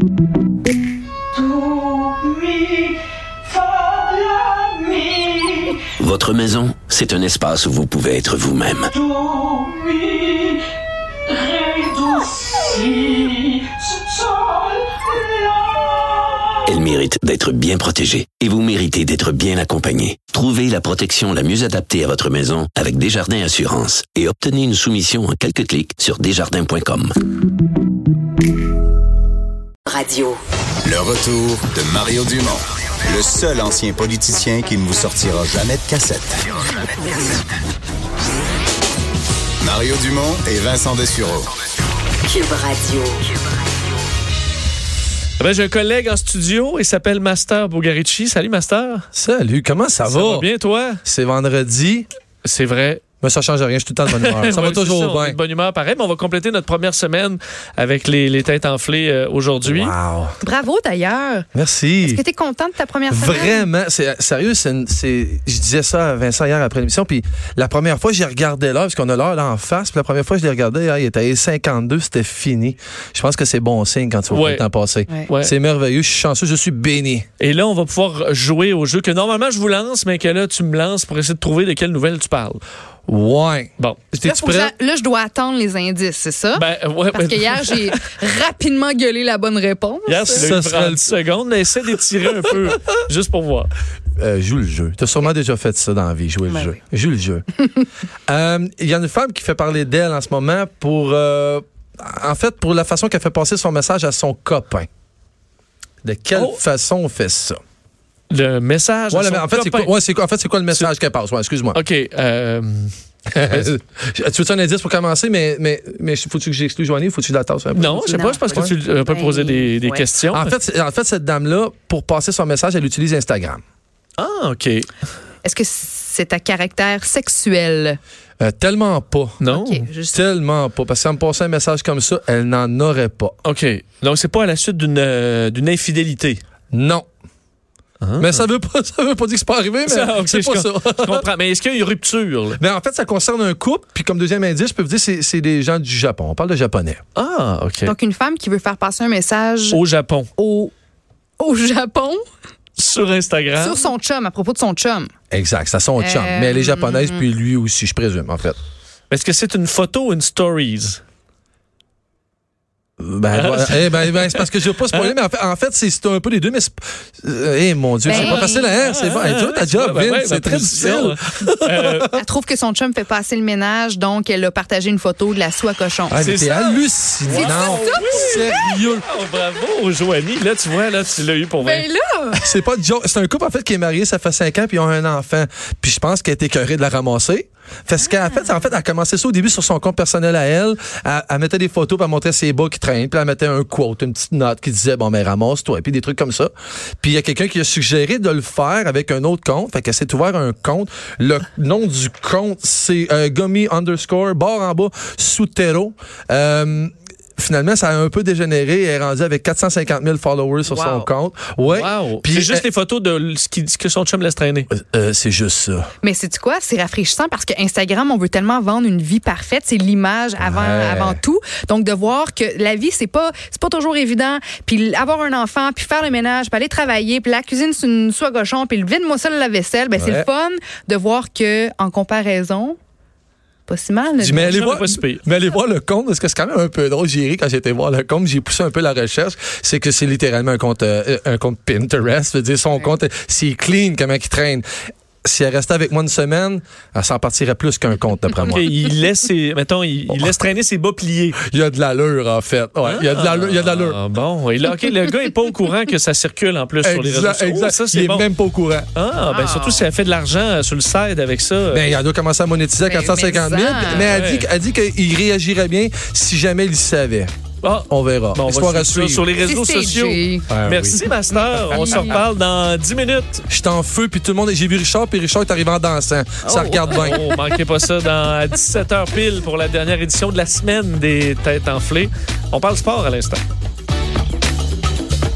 Votre maison, c'est un espace où vous pouvez être vous-même. Elle mérite d'être bien protégée et vous méritez d'être bien accompagné. Trouvez la protection la mieux adaptée à votre maison avec Desjardins Assurance et obtenez une soumission en quelques clics sur desjardins.com. Radio. Le retour de Mario Dumont, le seul ancien politicien qui ne vous sortira jamais de cassette. Mario Dumont et Vincent Dessureau. Cube Radio. J'ai un collègue en studio, il s'appelle Master Bugarici. Salut Master. Salut, comment ça va? Ça va bien toi? C'est vendredi. C'est vrai. Mais ça change rien, je suis tout le temps de bonne humeur. Ça va toujours bien. De bonne humeur, pareil, mais on va compléter notre première semaine avec les têtes enflées aujourd'hui. Wow. Bravo d'ailleurs. Merci. Est-ce que tu es content de ta première semaine? Vraiment, sérieux, je disais ça à Vincent hier après l'émission, puis la première fois, j'ai regardé l'heure, parce qu'on a l'heure là en face, puis la première fois, je l'ai regardé, il était à 52, c'était fini. Je pense que c'est bon signe quand tu vois le temps passer. Ouais. C'est merveilleux, je suis chanceux, je suis béni. Et là, on va pouvoir jouer au jeu que normalement je vous lance, mais que là, tu me lances pour essayer de trouver de quelles nouvelles tu parles. Ouais. Bon. T'es-tu prêt? Là, je dois attendre les indices, c'est ça? Ouais, parce que hier, j'ai rapidement gueulé la bonne réponse. Hier, c'est 30 secondes, mais essaie d'étirer un peu, juste pour voir. Joue le jeu. Tu as sûrement déjà fait ça dans la vie, jouer le jeu. Oui. Joue le jeu. Il y a une femme qui fait parler d'elle en ce moment pour la façon qu'elle fait passer son message à son copain. De quelle façon on fait ça? Le message. Ouais, c'est quoi le message qu'elle passe? Ouais, excuse-moi. OK. Tu veux un indice pour commencer, mais faut-tu que j'exclue Joanie ou faut-tu que je la tasse un peu? Non, je sais pas, je pense que tu peux poser des questions. En fait, cette dame-là, pour passer son message, elle utilise Instagram. Ah, OK. Est-ce que c'est à caractère sexuel? Tellement pas. Non? Okay, tellement pas. Parce que si elle me passait un message comme ça, elle n'en aurait pas. OK. Donc, c'est pas à la suite d'une infidélité? Non. Mais ça veut pas dire que c'est pas arrivé, mais c'est pas ça. Je comprends. Mais est-ce qu'il y a une rupture? Mais en fait, ça concerne un couple, puis comme deuxième indice, je peux vous dire, c'est des gens du Japon. On parle de japonais. Ah, OK. Donc, une femme qui veut faire passer un message... Au Japon. Au Japon? Sur Instagram. Sur son chum, à propos de son chum. Exact, c'est son chum. Mais elle est japonaise, puis lui aussi, je présume, en fait. Est-ce que c'est une photo ou une stories? C'est parce que je veux pas spoiler, mais en fait, c'est un peu les deux, mais mon Dieu, c'est pas facile, hein? C'est dur ta job, Vince, c'est très difficile. Elle trouve que son chum fait passer le ménage, donc elle a partagé une photo de la soie cochon. C'est hallucinant. Sérieux. Oh, bravo, Joanie. Là, tu vois, tu l'as eu pour vrai. Ben là! C'est pas de joke. C'est un couple, en fait, qui est marié, ça fait 5 ans, puis ils ont un enfant. Puis je pense qu'elle a été écœurée de la ramasser. Ce qu'elle a fait, elle a commencé ça au début sur son compte personnel à elle. Elle mettait des photos, puis elle montrait ses bas qui traînent, puis elle mettait un quote, une petite note qui disait, bon, mais ramasse-toi, puis des trucs comme ça. Puis il y a quelqu'un qui a suggéré de le faire avec un autre compte. Fait qu'elle s'est ouvert un compte. Le nom du compte, c'est Gummy _ barre en bas, Sutero. Finalement, ça a un peu dégénéré. Elle est rendue avec 450 000 followers sur son compte. Ouais. Wow. Puis c'est juste les photos de ce que son chum laisse traîner. C'est juste ça. Mais sais-tu quoi? C'est rafraîchissant parce que Instagram, on veut tellement vendre une vie parfaite. C'est l'image avant tout. Donc, de voir que la vie, c'est pas toujours évident. Puis avoir un enfant, puis faire le ménage, puis aller travailler, puis la cuisine, c'est une soie cochon, puis le vide-moi ça la vaisselle. Ben, c'est le fun de voir que, en comparaison, pas si mal. Mais allez voir le compte, parce que c'est quand même un peu drôle. J'ai ri quand j'ai été voir le compte. J'ai poussé un peu la recherche. C'est que c'est littéralement un compte Pinterest. Je veux dire, son compte, c'est clean, comment il traîne. Si elle restait avec moi une semaine, elle s'en partirait plus qu'un compte, d'après moi. Il laisse traîner ses bas pliés. Il y a de l'allure, en fait. Ouais, il y a de l'allure. Bon, et là, le gars n'est pas au courant que ça circule en plus sur les réseaux sociaux. Exact. Ça, il est même pas au courant. Surtout si elle fait de l'argent sur le site avec ça. Il doit commencer à monétiser à 450 000. Mais elle dit qu'il réagirait bien si jamais il savait. On verra. Bon, on va suivre sur les réseaux sociaux. Merci, Master. On se reparle dans 10 minutes. Je suis en feu, puis tout le monde... J'ai vu Richard, puis Richard est arrivé en dansant. Ça regarde bien. Manquez pas ça à 17h pile pour la dernière édition de la semaine des Têtes enflées. On parle sport à l'instant.